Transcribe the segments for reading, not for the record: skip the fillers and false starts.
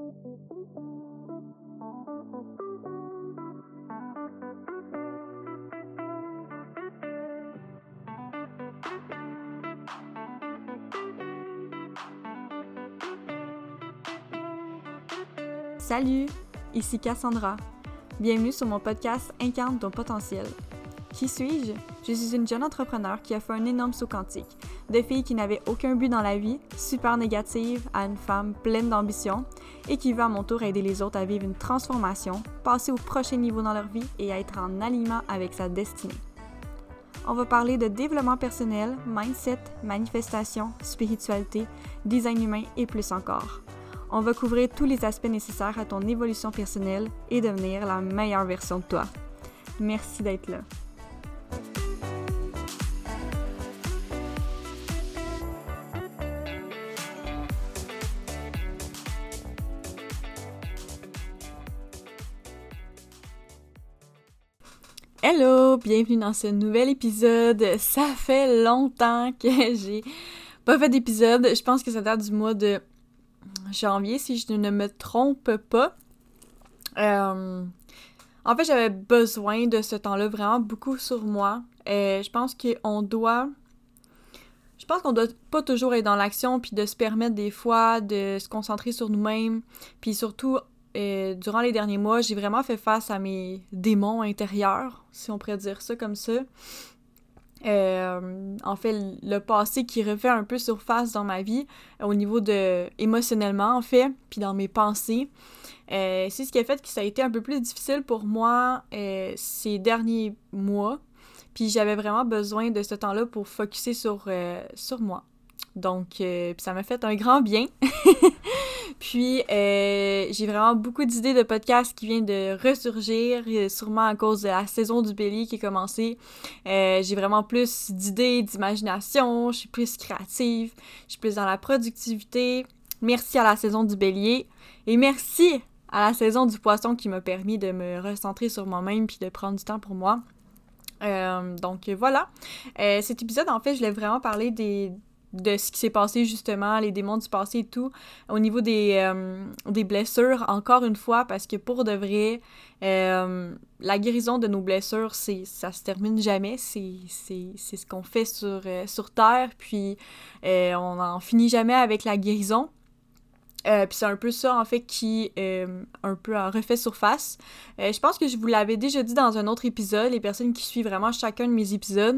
Salut, ici Cassandra. Bienvenue sur mon podcast Incarne ton potentiel. Qui suis-je? Je suis une jeune entrepreneur qui a fait un énorme saut quantique. De fille qui n'avait aucun but dans la vie, super négative, à une femme pleine d'ambition et qui veut à mon tour aider les autres à vivre une transformation, passer au prochain niveau dans leur vie et à être en alignement avec sa destinée. On va parler de développement personnel, mindset, manifestation, spiritualité, design humain et plus encore. On va couvrir tous les aspects nécessaires à ton évolution personnelle et devenir la meilleure version de toi. Merci d'être là. Hello, bienvenue dans ce nouvel épisode. Ça fait longtemps que j'ai pas fait d'épisode. Je pense que ça date du mois de janvier, si je ne me trompe pas. En fait, j'avais besoin de ce temps-là vraiment beaucoup sur moi. Je pense qu'on doit pas toujours être dans l'action puis de se permettre des fois de se concentrer sur nous-mêmes. Puis surtout, durant les derniers mois, j'ai vraiment fait face à mes démons intérieurs, si on pourrait dire ça comme ça. En fait, le passé qui refait un peu surface dans ma vie, au niveau de émotionnellement, en fait, puis dans mes pensées. C'est ce qui a fait que ça a été un peu plus difficile pour moi ces derniers mois. Puis j'avais vraiment besoin de ce temps-là pour focusser sur moi. Donc, puis ça m'a fait un grand bien. Puis, j'ai vraiment beaucoup d'idées de podcasts qui viennent de ressurgir, sûrement à cause de la saison du Bélier qui est commencée. J'ai vraiment plus d'idées, d'imagination, je suis plus créative, je suis plus dans la productivité. Merci à la saison du Bélier et merci à la saison du Poisson qui m'a permis de me recentrer sur moi-même puis de prendre du temps pour moi. Donc, voilà. Cet épisode, en fait, je voulais vraiment parler de ce qui s'est passé justement, les démons du passé et tout, au niveau des blessures, encore une fois, parce que pour de vrai, la guérison de nos blessures, ça se termine jamais, c'est ce qu'on fait sur Terre, puis on n'en finit jamais avec la guérison. Puis c'est un peu ça, en fait, qui un peu a refait surface. Je pense que je vous l'avais déjà dit dans un autre épisode, les personnes qui suivent vraiment chacun de mes épisodes,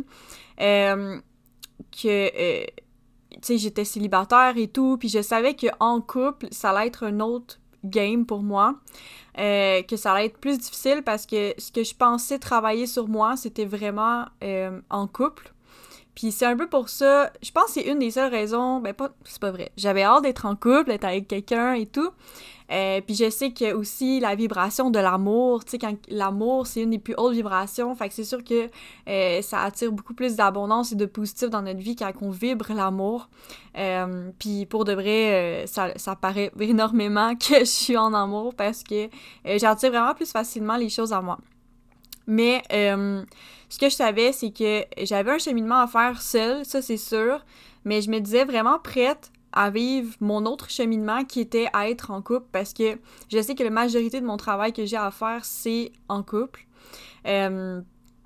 que tu sais, j'étais célibataire et tout, puis je savais qu'en couple, ça allait être un autre game pour moi, que ça allait être plus difficile parce que ce que je pensais travailler sur moi, c'était vraiment en couple. Puis c'est un peu pour ça, je pense que c'est une des seules raisons, c'est pas vrai, j'avais hâte d'être en couple, d'être avec quelqu'un et tout. Puis je sais que aussi la vibration de l'amour, tu sais, quand l'amour, c'est une des plus hautes vibrations, fait que c'est sûr que ça attire beaucoup plus d'abondance et de positif dans notre vie quand on vibre l'amour. Puis pour de vrai, ça paraît énormément que je suis en amour parce que j'attire vraiment plus facilement les choses à moi. Mais ce que je savais, c'est que j'avais un cheminement à faire seule, ça c'est sûr, mais je me disais vraiment prête à vivre mon autre cheminement qui était à être en couple parce que je sais que la majorité de mon travail que j'ai à faire, c'est en couple. Fait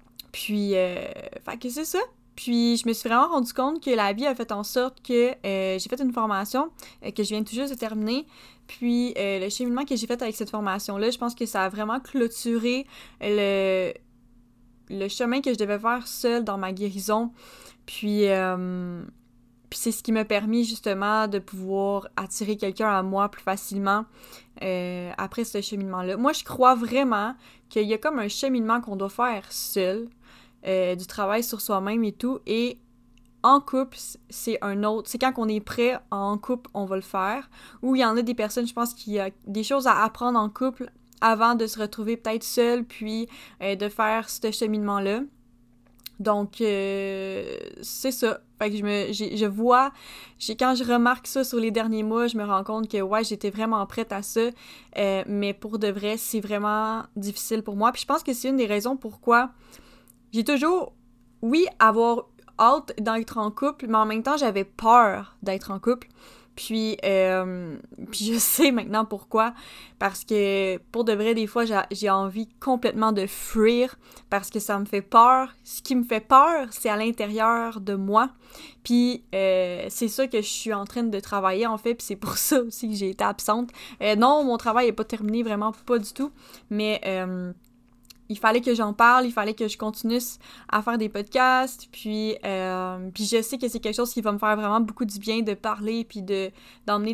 que c'est ça. Puis je me suis vraiment rendu compte que la vie a fait en sorte que j'ai fait une formation que je viens tout juste de terminer. Puis le cheminement que j'ai fait avec cette formation-là, je pense que ça a vraiment clôturé le chemin que je devais faire seule dans ma guérison. Puis c'est ce qui m'a permis justement de pouvoir attirer quelqu'un à moi plus facilement après ce cheminement-là. Moi, je crois vraiment qu'il y a comme un cheminement qu'on doit faire seul, du travail sur soi-même et tout, et en couple, c'est un autre. C'est quand on est prêt en couple, on va le faire. Ou il y en a des personnes, je pense qu'il y a des choses à apprendre en couple avant de se retrouver peut-être seul, puis de faire ce cheminement-là. Donc, c'est ça. Fait que je vois, quand je remarque ça sur les derniers mois, je me rends compte que, ouais, j'étais vraiment prête à ça. Mais pour de vrai, c'est vraiment difficile pour moi. Puis je pense que c'est une des raisons pourquoi j'ai toujours, oui, avoir hâte d'être en couple, mais en même temps, j'avais peur d'être en couple. Puis je sais maintenant pourquoi. Parce que, pour de vrai, des fois, j'ai envie complètement de fuir parce que ça me fait peur. Ce qui me fait peur, c'est à l'intérieur de moi. Puis c'est ça que je suis en train de travailler, en fait, puis c'est pour ça aussi que j'ai été absente. Non, mon travail n'est pas terminé, vraiment pas du tout, mais il fallait que j'en parle, il fallait que je continue à faire des podcasts, puis je sais que c'est quelque chose qui va me faire vraiment beaucoup du bien de parler, puis d'emmener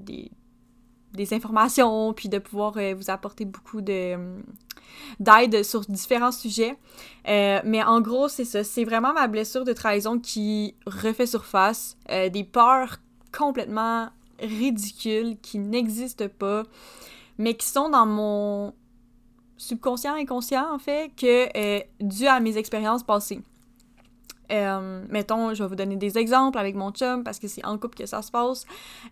des informations, puis de pouvoir vous apporter beaucoup d'aide sur différents sujets. Mais en gros, c'est ça. C'est vraiment ma blessure de trahison qui refait surface. Des peurs complètement ridicules qui n'existent pas, mais qui sont dans mon subconscient, inconscient, en fait, dû à mes expériences passées. Mettons, je vais vous donner des exemples avec mon chum, parce que c'est en couple que ça se passe.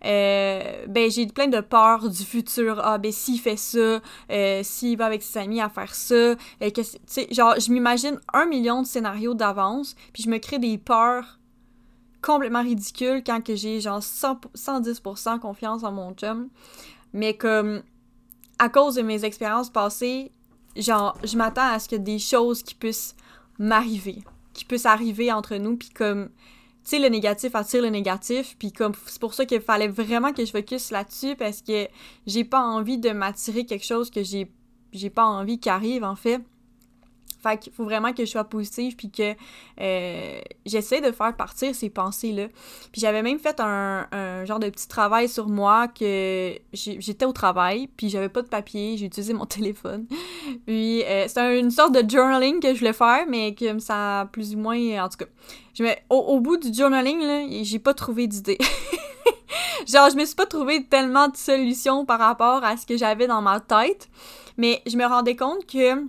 J'ai plein de peurs du futur. S'il fait ça, s'il va avec ses amis à faire ça, je m'imagine 1 million de scénarios d'avance, puis je me crée des peurs complètement ridicules quand que j'ai 110% confiance en mon chum. Mais comme, à cause de mes expériences passées, je m'attends à ce que des choses qui puissent m'arriver, qui puissent arriver entre nous, puis comme, tu sais, le négatif attire le négatif, puis comme, c'est pour ça qu'il fallait vraiment que je focus là-dessus, parce que j'ai pas envie de m'attirer quelque chose que j'ai pas envie qui arrive, en fait. Fait qu'il faut vraiment que je sois positive, puis que j'essaie de faire partir ces pensées-là. Puis j'avais même fait un genre de petit travail sur moi, que j'étais au travail, puis j'avais pas de papier, j'ai utilisé mon téléphone. Puis c'était une sorte de journaling que je voulais faire, mais que ça a plus ou moins... En tout cas, au bout du journaling, là, j'ai pas trouvé d'idée. Genre, je me suis pas trouvé tellement de solutions par rapport à ce que j'avais dans ma tête, mais je me rendais compte que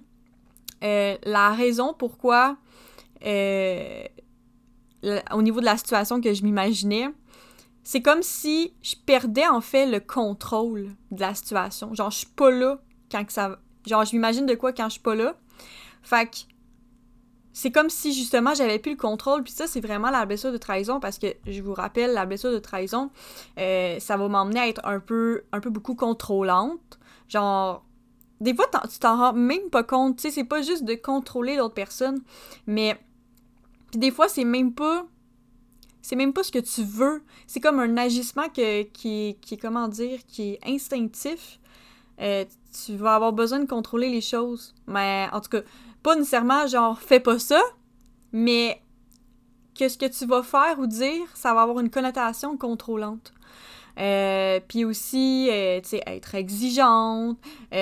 la raison pourquoi, au niveau de la situation que je m'imaginais, c'est comme si je perdais en fait le contrôle de la situation. Genre, je suis pas là quand que ça... Genre, je m'imagine de quoi quand je suis pas là. Fait que c'est comme si, justement, j'avais plus le contrôle. Puis ça, c'est vraiment la blessure de trahison, parce que, je vous rappelle, la blessure de trahison, ça va m'emmener à être un peu beaucoup contrôlante. Genre... Des fois, tu t'en rends même pas compte, tu sais, c'est pas juste de contrôler l'autre personne, mais... Puis des fois, c'est même pas ce que tu veux. C'est comme un agissement qui est, comment dire, qui est instinctif. Tu vas avoir besoin de contrôler les choses. Mais, en tout cas, pas nécessairement, genre, fais pas ça, mais que ce que tu vas faire ou dire, ça va avoir une connotation contrôlante. Puis aussi, tu sais, être exigeante,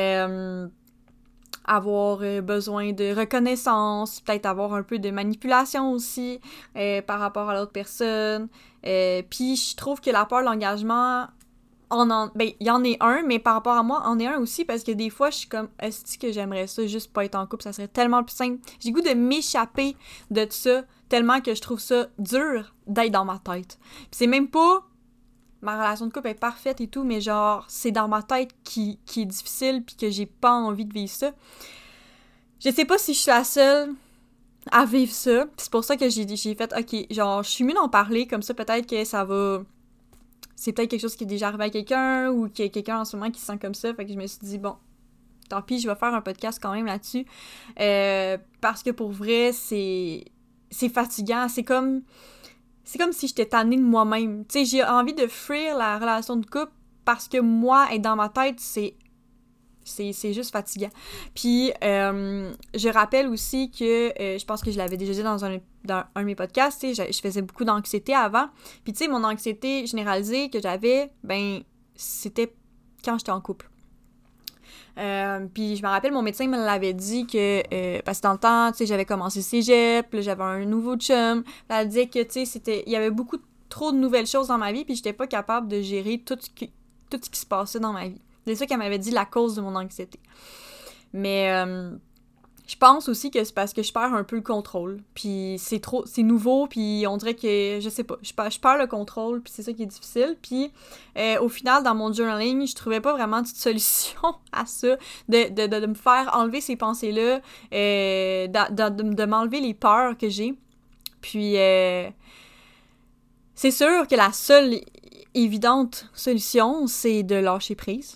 avoir besoin de reconnaissance, peut-être avoir un peu de manipulation aussi par rapport à l'autre personne. Puis je trouve que la peur de l'engagement, il y en est un, mais par rapport à moi, en est un aussi, parce que des fois, je suis comme, est-ce que j'aimerais ça, juste pas être en couple, ça serait tellement plus simple. J'ai le goût de m'échapper de ça, tellement que je trouve ça dur d'être dans ma tête. Puis c'est même pas... Ma relation de couple est parfaite et tout, mais genre, c'est dans ma tête qui est difficile, puis que j'ai pas envie de vivre ça. Je sais pas si je suis la seule à vivre ça, pis c'est pour ça que j'ai fait, ok, genre, je suis mieux d'en parler, comme ça, peut-être que ça va... C'est peut-être quelque chose qui est déjà arrivé à quelqu'un, ou qu'il y a quelqu'un en ce moment qui se sent comme ça, fait que je me suis dit, bon, tant pis, je vais faire un podcast quand même là-dessus, parce que pour vrai, c'est fatigant, c'est comme si j'étais tannée de moi-même. Tu sais, j'ai envie de fuir la relation de couple parce que moi, être dans ma tête, c'est juste fatigant. Puis, je rappelle aussi que, je pense que je l'avais déjà dit dans un de mes podcasts, tu sais, je faisais beaucoup d'anxiété avant. Puis, tu sais, mon anxiété généralisée que j'avais, c'était quand j'étais en couple. Puis je me rappelle, mon médecin me l'avait dit que, parce que dans le temps, tu sais, j'avais commencé cégep, là, j'avais un nouveau chum, elle disait que, tu sais, il y avait trop de nouvelles choses dans ma vie, puis j'étais pas capable de gérer tout ce qui se passait dans ma vie. C'est ça qu'elle m'avait dit, la cause de mon anxiété. Mais je pense aussi que c'est parce que je perds un peu le contrôle, puis c'est nouveau, puis on dirait que, je sais pas, je perds le contrôle, puis c'est ça qui est difficile, puis au final, dans mon journaling, je trouvais pas vraiment de solution à ça, de me faire enlever ces pensées-là, de m'enlever les peurs que j'ai, puis c'est sûr que la seule évidente solution, c'est de lâcher prise.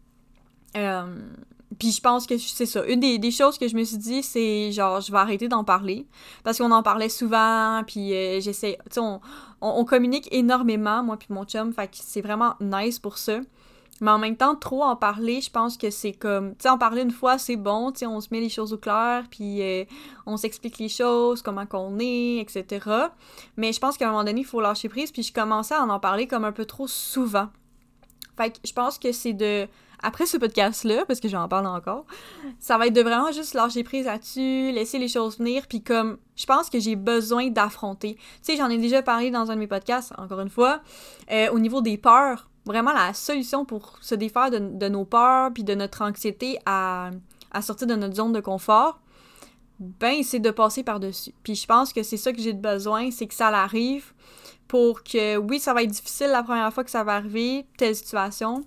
Puis je pense que c'est ça. Une des choses que je me suis dit, c'est genre, je vais arrêter d'en parler. Parce qu'on en parlait souvent, puis j'essaie... Tu sais, on communique énormément, moi puis mon chum, fait que c'est vraiment nice pour ça. Mais en même temps, trop en parler, je pense que c'est comme... Tu sais, en parler une fois, c'est bon, tu sais, on se met les choses au clair, puis on s'explique les choses, comment qu'on est, etc. Mais je pense qu'à un moment donné, il faut lâcher prise, puis je commençais à en parler comme un peu trop souvent. Fait que je pense que c'est de... Après ce podcast-là, parce que j'en parle encore, ça va être de vraiment juste lâcher prise là-dessus, laisser les choses venir, puis comme, je pense que j'ai besoin d'affronter. Tu sais, j'en ai déjà parlé dans un de mes podcasts, encore une fois, au niveau des peurs, vraiment la solution pour se défaire de nos peurs, puis de notre anxiété à sortir de notre zone de confort, ben, c'est de passer par-dessus. Puis je pense que c'est ça que j'ai besoin, c'est que ça l'arrive, pour que, oui, ça va être difficile la première fois que ça va arriver, telle situation,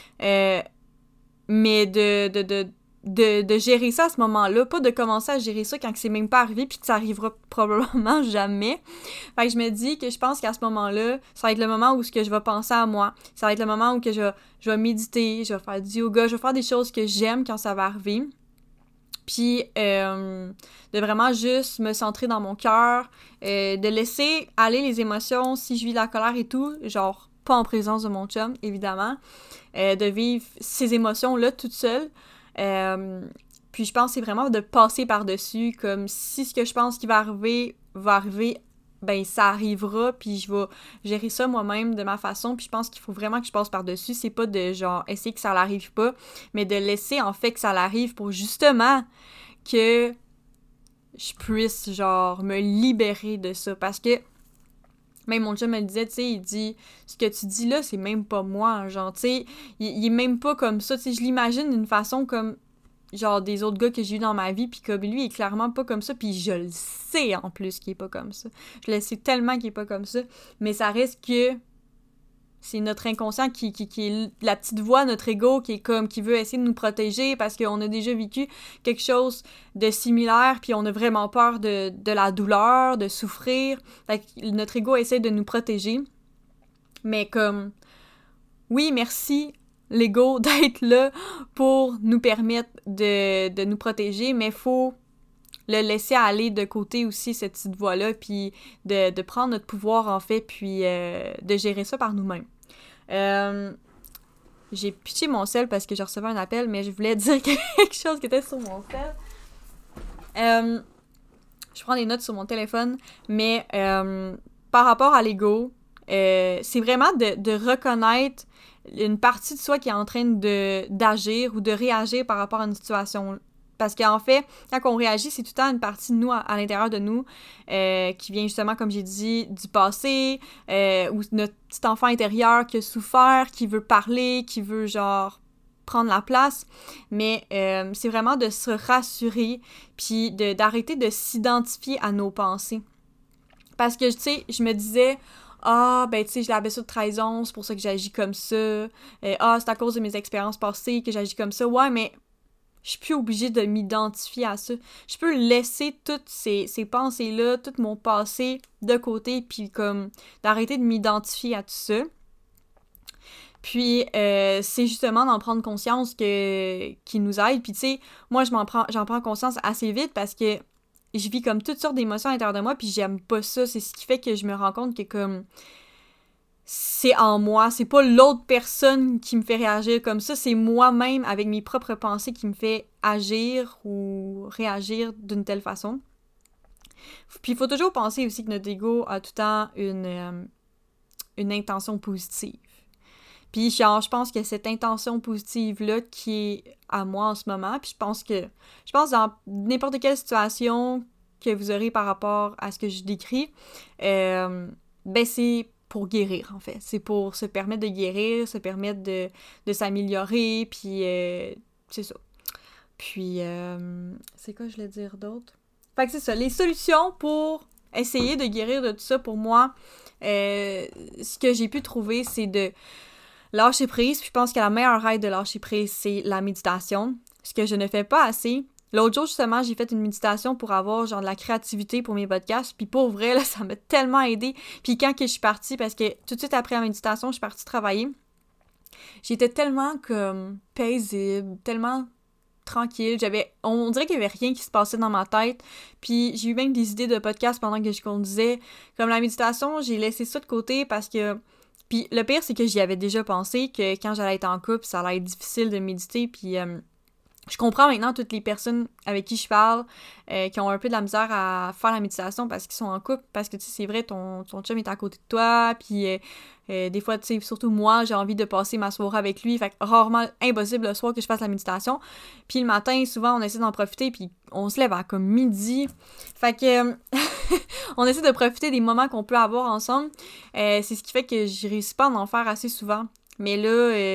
mais de gérer ça à ce moment-là, pas de commencer à gérer ça quand c'est même pas arrivé puis que ça arrivera probablement jamais. Fait que je me dis que je pense qu'à ce moment-là, ça va être le moment où ce que je vais penser à moi, ça va être le moment où que je vais méditer, je vais faire du yoga, je vais faire des choses que j'aime quand ça va arriver. Puis de vraiment juste me centrer dans mon cœur, de laisser aller les émotions si je vis la colère et tout, genre pas en présence de mon chum, évidemment, de vivre ces émotions-là toute seule. Puis je pense que c'est vraiment de passer par-dessus, comme si ce que je pense qui va arriver, ben ça arrivera, puis je vais gérer ça moi-même de ma façon, puis je pense qu'il faut vraiment que je passe par-dessus, c'est pas de genre essayer que ça l'arrive pas, mais de laisser en fait que ça l'arrive pour justement que je puisse genre me libérer de ça, parce que même mon chum me le disait, tu sais, il dit « Ce que tu dis là, c'est même pas moi, genre, tu sais, il est même pas comme ça, tu sais, je l'imagine d'une façon comme, genre, des autres gars que j'ai eu dans ma vie, puis comme lui, il est clairement pas comme ça, puis je le sais, en plus, qu'il est pas comme ça. Je le sais tellement qu'il est pas comme ça, mais ça reste que c'est notre inconscient qui est la petite voix, notre ego, qui est comme, qui veut essayer de nous protéger parce qu'on a déjà vécu quelque chose de similaire, puis on a vraiment peur de la douleur, de souffrir. Fait que notre ego essaie de nous protéger. Mais comme, oui, merci, l'ego, d'être là pour nous permettre de nous protéger, mais faut le laisser aller de côté aussi, cette petite voix-là, puis de prendre notre pouvoir, en fait, puis de gérer ça par nous-mêmes. J'ai pitché mon sel parce que j'ai reçu un appel, mais je voulais dire quelque chose qui était sur mon sel. Je prends des notes sur mon téléphone, mais par rapport à l'ego, c'est vraiment de reconnaître une partie de soi qui est en train d'agir ou de réagir par rapport à une situation. Parce qu'en fait, quand on réagit, c'est tout le temps une partie de nous, à l'intérieur de nous, qui vient justement, comme j'ai dit, du passé, ou notre petit enfant intérieur qui a souffert, qui veut parler, qui veut, genre, prendre la place. Mais c'est vraiment de se rassurer, puis d'arrêter de s'identifier à nos pensées. Parce que, tu sais, je me disais... Ah, ben, tu sais, je l'avais ça de trahison, c'est pour ça que j'agis comme ça. Ah, c'est à cause de mes expériences passées que j'agis comme ça. Ouais, mais je suis plus obligée de m'identifier à ça. Je peux laisser toutes ces pensées-là, tout mon passé de côté, puis comme d'arrêter de m'identifier à tout ça. Puis, c'est justement d'en prendre conscience qui nous aide. Puis, tu sais, moi, j'en prends conscience assez vite parce que je vis comme toutes sortes d'émotions à l'intérieur de moi, puis j'aime pas ça. C'est ce qui fait que je me rends compte que comme c'est en moi, c'est pas l'autre personne qui me fait réagir comme ça, c'est moi-même avec mes propres pensées qui me fait agir ou réagir d'une telle façon. Puis il faut toujours penser aussi que notre ego a tout le temps une intention positive. Puis genre, je pense que cette intention positive-là qui est à moi en ce moment, puis je pense dans n'importe quelle situation que vous aurez par rapport à ce que je décris, ben c'est pour guérir, en fait. C'est pour se permettre de guérir, se permettre de s'améliorer, puis c'est ça. Puis, c'est quoi je voulais dire d'autre? Fait que c'est ça, les solutions pour essayer de guérir de tout ça, pour moi, ce que j'ai pu trouver, c'est de lâcher prise. Puis je pense que la meilleure aide de lâcher prise, c'est la méditation. Ce que je ne fais pas assez, L'autre jour, justement, j'ai fait une méditation pour avoir, genre, de la créativité pour mes podcasts, puis pour vrai, là, ça m'a tellement aidé. Puis quand que je suis partie, parce que tout de suite après la méditation, je suis partie travailler, j'étais tellement, comme, paisible, tellement tranquille, on dirait qu'il y avait rien qui se passait dans ma tête, puis j'ai eu même des idées de podcast pendant que je conduisais. Comme la méditation, j'ai laissé ça de côté parce que... Puis le pire, c'est que j'y avais déjà pensé, que quand j'allais être en couple, ça allait être difficile de méditer, puis... je comprends maintenant toutes les personnes avec qui je parle qui ont un peu de la misère à faire la méditation parce qu'ils sont en couple, parce que, tu sais, c'est vrai, ton chum est à côté de toi, puis des fois, tu sais, surtout moi, j'ai envie de passer ma soirée avec lui, fait que rarement, impossible le soir que je fasse la méditation. Puis le matin, souvent, on essaie d'en profiter, puis on se lève à comme midi. Fait que on essaie de profiter des moments qu'on peut avoir ensemble. C'est ce qui fait que je réussis pas à en faire assez souvent. Mais là,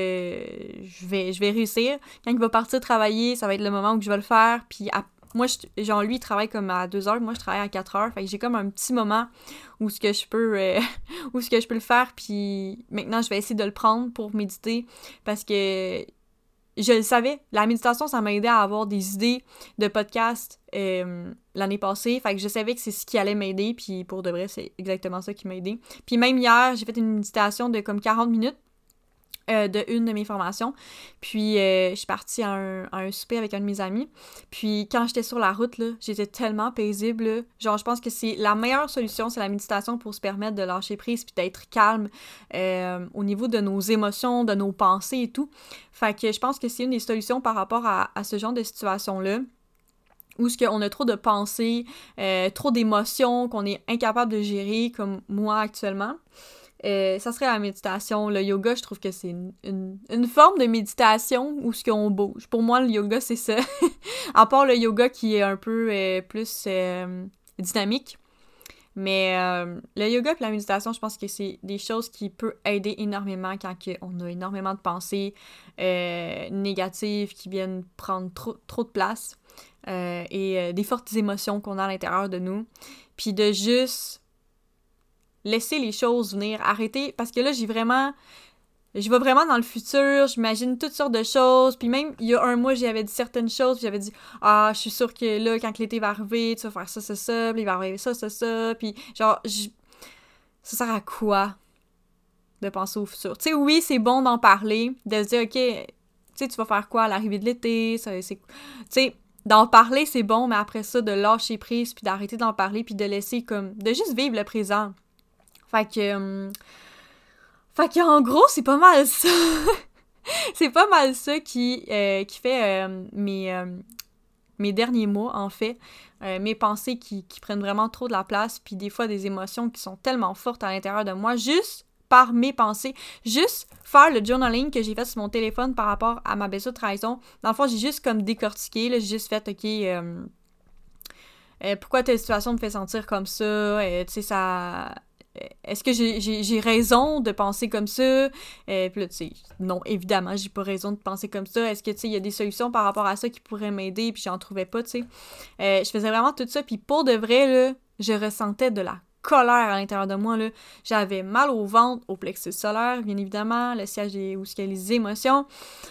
je vais réussir. Quand il va partir travailler, ça va être le moment où je vais le faire. Puis moi, genre, lui, il travaille comme à 2 heures. Moi, je travaille à 4 heures. Fait que j'ai comme un petit moment où ce que je peux où ce que je peux le faire. Puis maintenant, je vais essayer de le prendre pour méditer. Parce que je le savais. La méditation, ça m'a aidé à avoir des idées de podcast l'année passée. Fait que je savais que c'est ce qui allait m'aider. Puis pour de vrai, c'est exactement ça qui m'a aidé. Puis même hier, j'ai fait une méditation de comme 40 minutes. De une de mes formations. Puis je suis partie à un souper avec un de mes amis. Puis quand j'étais sur la route, là, j'étais tellement paisible. Là. Genre, je pense que c'est la meilleure solution, c'est la méditation pour se permettre de lâcher prise puis d'être calme au niveau de nos émotions, de nos pensées et tout. Fait que je pense que c'est une des solutions par rapport à ce genre de situation-là. Où est-ce qu'on a trop de pensées, trop d'émotions qu'on est incapable de gérer, comme moi actuellement. Ça serait la méditation. Le yoga, je trouve que c'est une forme de méditation où ce qu'on bouge. Pour moi, le yoga, c'est ça. À part le yoga qui est un peu plus dynamique. Mais le yoga et la méditation, je pense que c'est des choses qui peuvent aider énormément quand on a énormément de pensées négatives qui viennent prendre trop de place et des fortes émotions qu'on a à l'intérieur de nous. Puis de juste laisser les choses venir, arrêter, parce que là, je vais vraiment dans le futur, j'imagine toutes sortes de choses, puis même, il y a un mois, j'avais dit certaines choses, puis j'avais dit, ah, je suis sûre que là, quand l'été va arriver, tu vas faire ça, puis il va arriver ça, puis genre, ça sert à quoi de penser au futur? Tu sais, oui, c'est bon d'en parler, de se dire, ok, tu sais, tu vas faire quoi à l'arrivée de l'été, tu sais, d'en parler, c'est bon, mais après ça, de lâcher prise, puis d'arrêter d'en parler, puis de laisser comme, de juste vivre le présent. Fait que en gros, c'est pas mal ça. C'est pas mal ça qui fait mes derniers mois, en fait. Mes pensées qui prennent vraiment trop de la place, puis des fois des émotions qui sont tellement fortes à l'intérieur de moi, juste par mes pensées. Juste faire le journaling que j'ai fait sur mon téléphone par rapport à ma blessure de trahison. Dans le fond, j'ai juste comme décortiqué, là, j'ai juste fait, ok, pourquoi telle situation me fait sentir comme ça, tu sais, ça... Est-ce que j'ai raison de penser comme ça? Puis là, tu sais, non, évidemment, j'ai pas raison de penser comme ça. Est-ce que, tu sais, il y a des solutions par rapport à ça qui pourraient m'aider, puis j'en trouvais pas, tu sais. Je faisais vraiment tout ça, puis pour de vrai, là, je ressentais de la colère à l'intérieur de moi, là. J'avais mal au ventre, au plexus solaire, bien évidemment, le siège où il y a les émotions.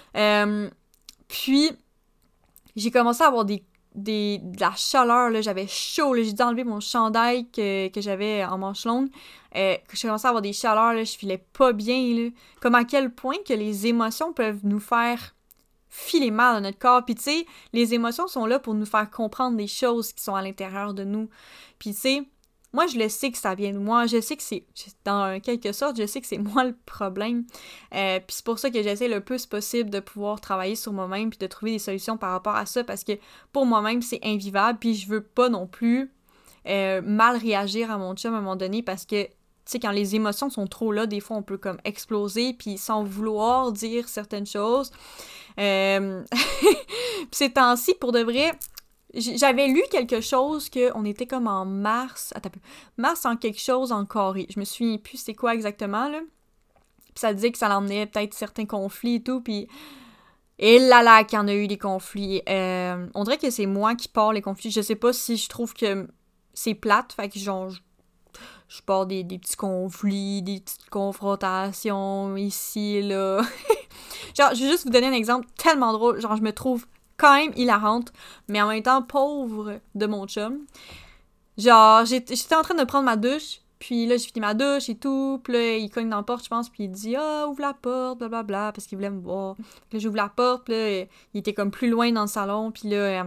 Puis, j'ai commencé à avoir de la chaleur, là, j'avais chaud, là, j'ai dû enlever mon chandail que j'avais en manche longue, que j'ai commencé à avoir des chaleurs, là, je filais pas bien, là, comme à quel point que les émotions peuvent nous faire filer mal dans notre corps, puis tu sais, les émotions sont là pour nous faire comprendre des choses qui sont à l'intérieur de nous, puis tu sais, moi, je le sais que ça vient de moi. Je sais que c'est, dans quelque sorte, je sais que c'est moi le problème. Puis c'est pour ça que j'essaie le plus possible de pouvoir travailler sur moi-même puis de trouver des solutions par rapport à ça parce que pour moi-même, c'est invivable puis je veux pas non plus mal réagir à mon chum à un moment donné parce que, tu sais, quand les émotions sont trop là, des fois, on peut comme exploser puis sans vouloir dire certaines choses. Puis ces temps-ci, pour de vrai... J'avais lu quelque chose qu'on était comme en mars... Attends un peu. Mars en quelque chose en Corée. Je me souviens plus c'est quoi exactement, là. Puis ça disait que ça l'emmenait peut-être certains conflits et tout, puis... Et là, qu'il y en a eu des conflits. On dirait que c'est moi qui pars les conflits. Je sais pas si je trouve que c'est plate, fait que genre... Je pars des petits conflits, des petites confrontations ici et là. Genre, je vais juste vous donner un exemple tellement drôle. Genre, je me trouve quand même hilarante, mais en même temps pauvre de mon chum. Genre, j'étais en train de prendre ma douche, puis là, j'ai fini ma douche et tout, puis là, il cogne dans la porte, je pense, puis il dit « Ah, ouvre la porte, blablabla », parce qu'il voulait me voir. Puis là, j'ouvre la porte, puis là, il était comme plus loin dans le salon, puis là,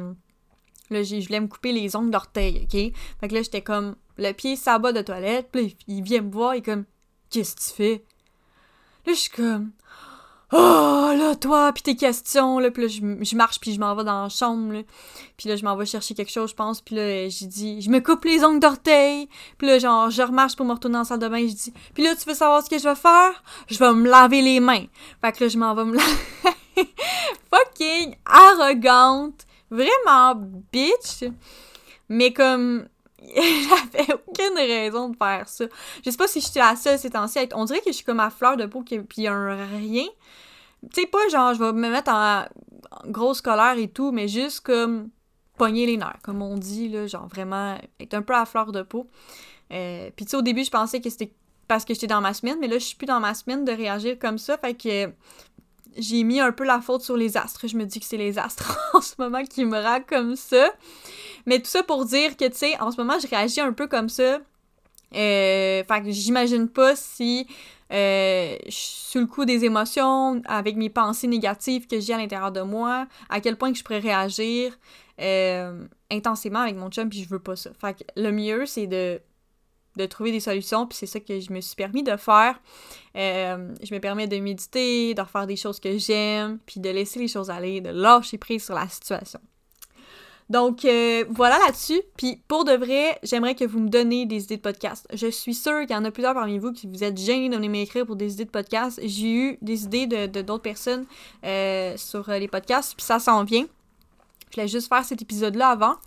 je voulais me couper les ongles d'orteil, OK? Fait que là, j'étais comme le pied sur la bas de toilette, puis là, il vient me voir, il est comme « Qu'est-ce que tu fais? » Là, je suis comme « Oh, là, toi, pis tes questions, là. » Puis là, je marche, puis je m'en vais dans la chambre, là. Puis là, je m'en vais chercher quelque chose, je pense. Puis là, j'ai dit « Je me coupe les ongles d'orteil. » Puis là, genre, je remarche pour me retourner dans la salle de bain. Je dis « Puis là, tu veux savoir ce que je vais faire? Je vais me laver les mains. » Fait que là, je m'en vais me laver. Fucking arrogante. Vraiment bitch. Mais comme... J'avais aucune raison de faire ça. Je sais pas si je suis la seule ces temps-ci. On dirait que je suis comme à fleur de peau pis un rien. Tu sais, pas genre je vais me mettre en grosse colère et tout, mais juste comme pogner les nerfs, comme on dit, là, genre vraiment être un peu à fleur de peau. Pis tu sais, au début, je pensais que c'était parce que j'étais dans ma semaine, mais là, je suis plus dans ma semaine de réagir comme ça, fait que j'ai mis un peu la faute sur les astres. Je me dis que c'est les astres en ce moment qui me rendent comme ça. Mais tout ça pour dire que, tu sais, en ce moment, je réagis un peu comme ça. Fait que j'imagine pas si je suis sous le coup des émotions, avec mes pensées négatives que j'ai à l'intérieur de moi, à quel point que je pourrais réagir intensément avec mon chum, puis je veux pas ça. Fait que le mieux, c'est de trouver des solutions, puis c'est ça que je me suis permis de faire. Je me permets de méditer, de refaire des choses que j'aime, puis de laisser les choses aller, de lâcher prise sur la situation. Donc, voilà là-dessus. Puis, pour de vrai, j'aimerais que vous me donniez des idées de podcast. Je suis sûre qu'il y en a plusieurs parmi vous qui vous êtes gênés de venir m'écrire pour des idées de podcast. J'ai eu des idées de d'autres personnes sur les podcasts, puis ça s'en vient. Je voulais juste faire cet épisode-là avant.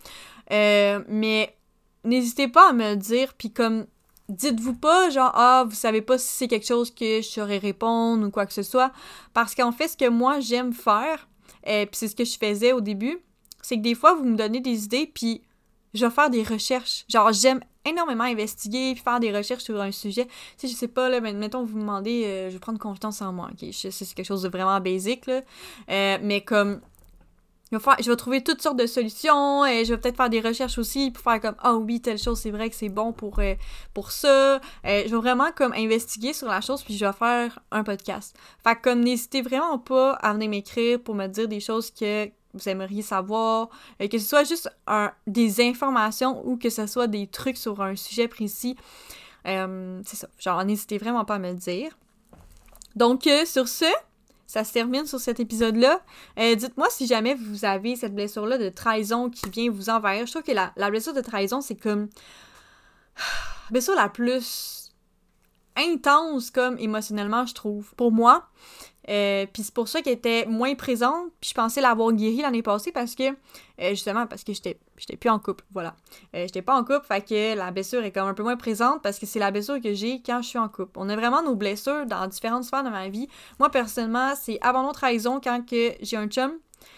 Mais n'hésitez pas à me le dire, puis comme... Dites-vous pas, genre, ah, vous savez pas si c'est quelque chose que je saurais répondre ou quoi que ce soit. Parce qu'en fait, ce que moi, j'aime faire, puis c'est ce que je faisais au début, c'est que des fois, vous me donnez des idées, puis je vais faire des recherches. Genre, j'aime énormément investiguer, puis faire des recherches sur un sujet. Tu sais, je sais pas, là, mettons, vous me demandez, je vais prendre confiance en moi, ok? C'est quelque chose de vraiment basique, là. Mais comme... Je vais trouver toutes sortes de solutions, et je vais peut-être faire des recherches aussi pour faire comme « Ah oui, telle chose, c'est vrai que c'est bon pour ça. » Je vais vraiment comme investiguer sur la chose, puis je vais faire un podcast. Fait que comme n'hésitez vraiment pas à venir m'écrire pour me dire des choses que vous aimeriez savoir, que ce soit juste des informations ou que ce soit des trucs sur un sujet précis. C'est ça. Genre, n'hésitez vraiment pas à me le dire. Donc, sur ce... Ça se termine sur cet épisode-là. Dites-moi si jamais vous avez cette blessure-là de trahison qui vient vous envahir. Je trouve que la blessure de trahison, c'est comme... la blessure la plus intense, comme émotionnellement, je trouve. Pour moi. Puis c'est pour ça qu'elle était moins présente. Puis je pensais l'avoir guérie l'année passée parce que... justement, parce que j'étais plus en couple. Voilà. J'étais pas en couple, fait que la blessure est comme un peu moins présente parce que c'est la blessure que j'ai quand je suis en couple. On a vraiment nos blessures dans différentes sphères de ma vie. Moi, personnellement, c'est abandon, trahison quand que j'ai un chum.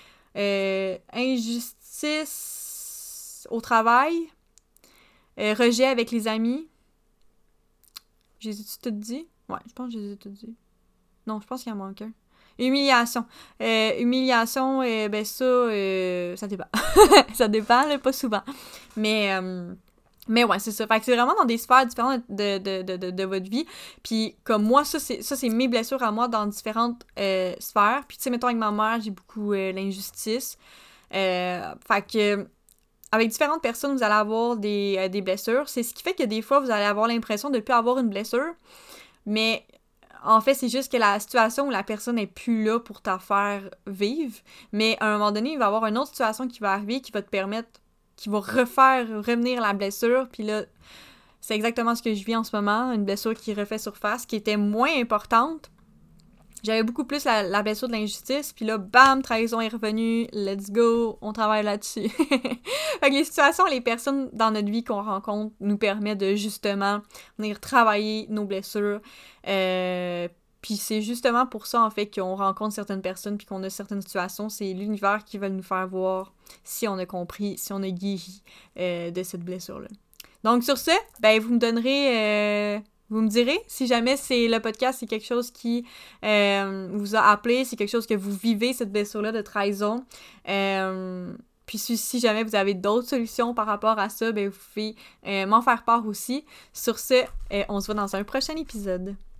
Injustice au travail. Rejet avec les amis. Je les ai-tu toutes dit? Ouais, je pense que je les ai toutes dit. Non, je pense qu'il y en manque un. Humiliation. Humiliation, ben ça dépend. Ça dépend, là, pas souvent. Mais ouais, c'est ça. Fait que c'est vraiment dans des sphères différentes de votre vie. Puis comme moi, ça, c'est mes blessures à moi dans différentes sphères. Puis tu sais, mettons, avec ma mère, j'ai beaucoup l'injustice. Fait que... Avec différentes personnes, vous allez avoir des blessures. C'est ce qui fait que des fois, vous allez avoir l'impression de ne plus avoir une blessure. Mais... En fait, c'est juste que la situation où la personne n'est plus là pour te faire vivre, mais à un moment donné, il va y avoir une autre situation qui va arriver qui va te permettre, qui va revenir la blessure, puis là, c'est exactement ce que je vis en ce moment, une blessure qui refait surface, qui était moins importante. J'avais beaucoup plus la blessure de l'injustice, puis là, bam, trahison est revenue, let's go, on travaille là-dessus. Fait que les situations, les personnes dans notre vie qu'on rencontre nous permettent de justement venir travailler nos blessures. Puis c'est justement pour ça, en fait, qu'on rencontre certaines personnes puis qu'on a certaines situations. C'est l'univers qui va nous faire voir si on a compris, si on a guéri de cette blessure-là. Donc sur ce, ben vous me donnerez Vous me direz si jamais le podcast, c'est quelque chose qui vous a appelé, c'est quelque chose que vous vivez, cette blessure-là de trahison. Puis si jamais vous avez d'autres solutions par rapport à ça, ben vous pouvez m'en faire part aussi. Sur ce, on se voit dans un prochain épisode.